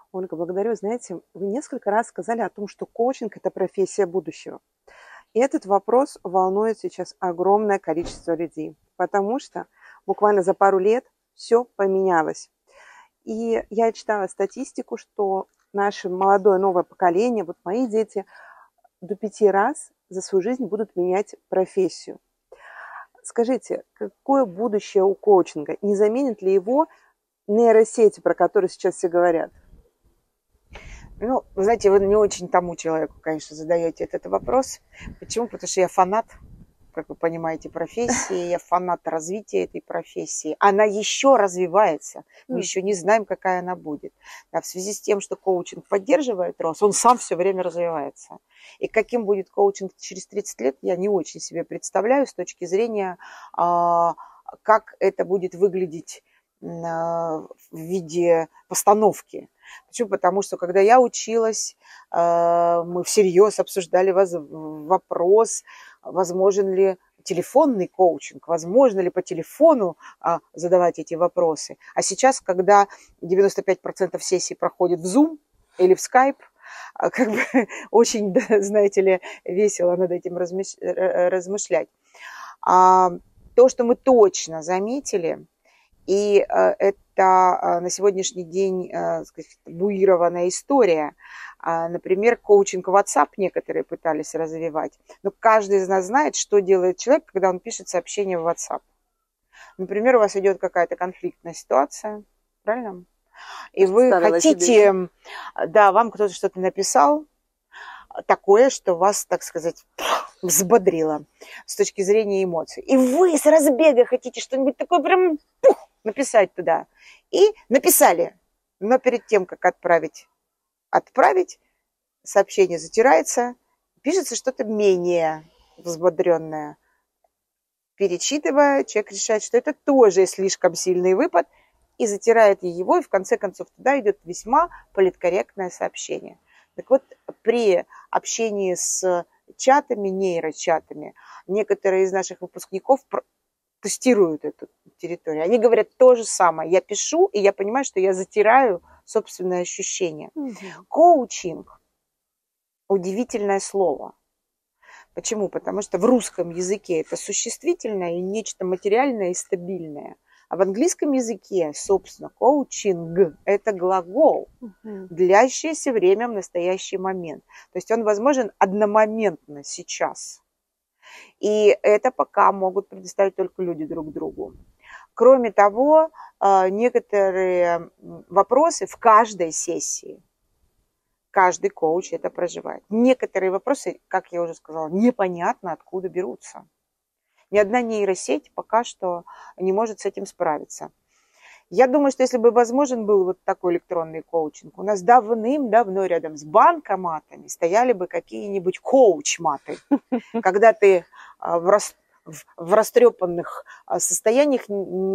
Ольга, благодарю. Знаете, вы несколько раз сказали о том, что коучинг – это профессия будущего. И этот вопрос волнует сейчас огромное количество людей, потому что буквально за пару лет все поменялось. И я читала статистику, что наше молодое новое поколение, вот мои дети, до 5 раз за свою жизнь будут менять профессию. Скажите, какое будущее у коучинга? Не заменит ли его нейросети, про которые сейчас все говорят? Ну, вы знаете, вы не очень тому человеку, конечно, задаете этот вопрос. Почему? Потому что я фанат, как вы понимаете, профессии, я фанат развития этой профессии. Она еще развивается, мы еще не знаем, какая она будет. Да, в связи с тем, что коучинг поддерживает рост, он сам все время развивается. И каким будет коучинг через 30 лет, я не очень себе представляю с точки зрения, как это будет выглядеть в виде постановки. Почему? Потому что, когда я училась, мы всерьез обсуждали вопрос, возможен ли телефонный коучинг, возможно ли по телефону задавать эти вопросы. А сейчас, когда 95% сессий проходит в Zoom или в Skype, как бы очень, знаете ли, весело над этим размышлять. То, что мы точно заметили, и это на сегодняшний день табуированная история. Например, коучинг WhatsApp некоторые пытались развивать. Но каждый из нас знает, что делает человек, когда он пишет сообщение в WhatsApp. Например, у вас идет какая-то конфликтная ситуация, правильно? И вы хотите, да, вам кто-то что-то написал, такое, что вас, так сказать, взбодрило с точки зрения эмоций. И вы с разбега хотите что-нибудь такое прям написать туда. И написали. Но перед тем, как отправить, сообщение затирается, пишется что-то менее взбодренное. Перечитывая, человек решает, что это тоже слишком сильный выпад, и затирает его, и в конце концов туда идет весьма политкорректное сообщение. Так вот, при общении с чатами, нейрочатами, некоторые из наших выпускников тестируют эту территорию. Они говорят то же самое. Я пишу, и я понимаю, что я затираю собственные ощущения. Коучинг – удивительное слово. Почему? Потому что в русском языке это существительное и нечто материальное и стабильное. А в английском языке, собственно, коучинг – это глагол, длящийся время в настоящий момент. То есть он возможен одномоментно сейчас. И это пока могут предоставить только люди друг другу. Кроме того, некоторые вопросы в каждой сессии, каждый коуч это проживает. Некоторые вопросы, как я уже сказала, непонятно откуда берутся. Ни одна нейросеть пока что не может с этим справиться. Я думаю, что если бы возможен был вот такой электронный коучинг, у нас давным-давно рядом с банкоматами стояли бы какие-нибудь коуч-маты, когда ты в растрепанных состояниях,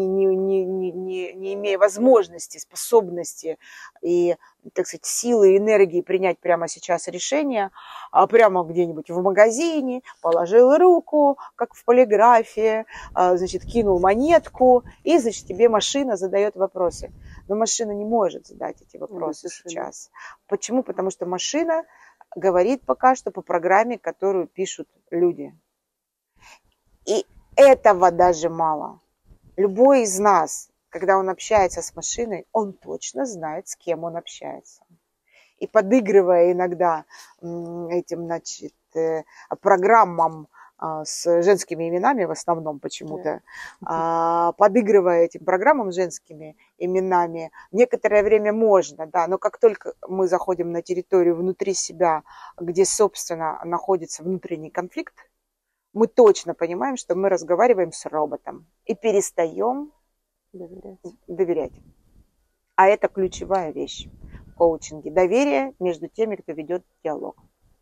не имея возможности, способности и, так сказать, силы и энергии принять прямо сейчас решение, прямо где-нибудь в магазине, положил руку, как в полиграфии, значит, кинул монетку, и, значит, тебе машина задает вопросы. Но машина не может задать эти вопросы сейчас. Почему? Потому что машина говорит пока что по программе, которую пишут люди. И этого даже мало. Любой из нас, когда он общается с машиной, он точно знает, с кем он общается. И подыгрывая иногда этим, значит, программам с женскими именами в основном почему-то, подыгрывая этим программам с женскими именами, некоторое время можно, да, но как только мы заходим на территорию внутри себя, где, собственно, находится внутренний конфликт, мы точно понимаем, что мы разговариваем с роботом и перестаем доверять. А это ключевая вещь в коучинге. Доверие между теми, кто ведет диалог.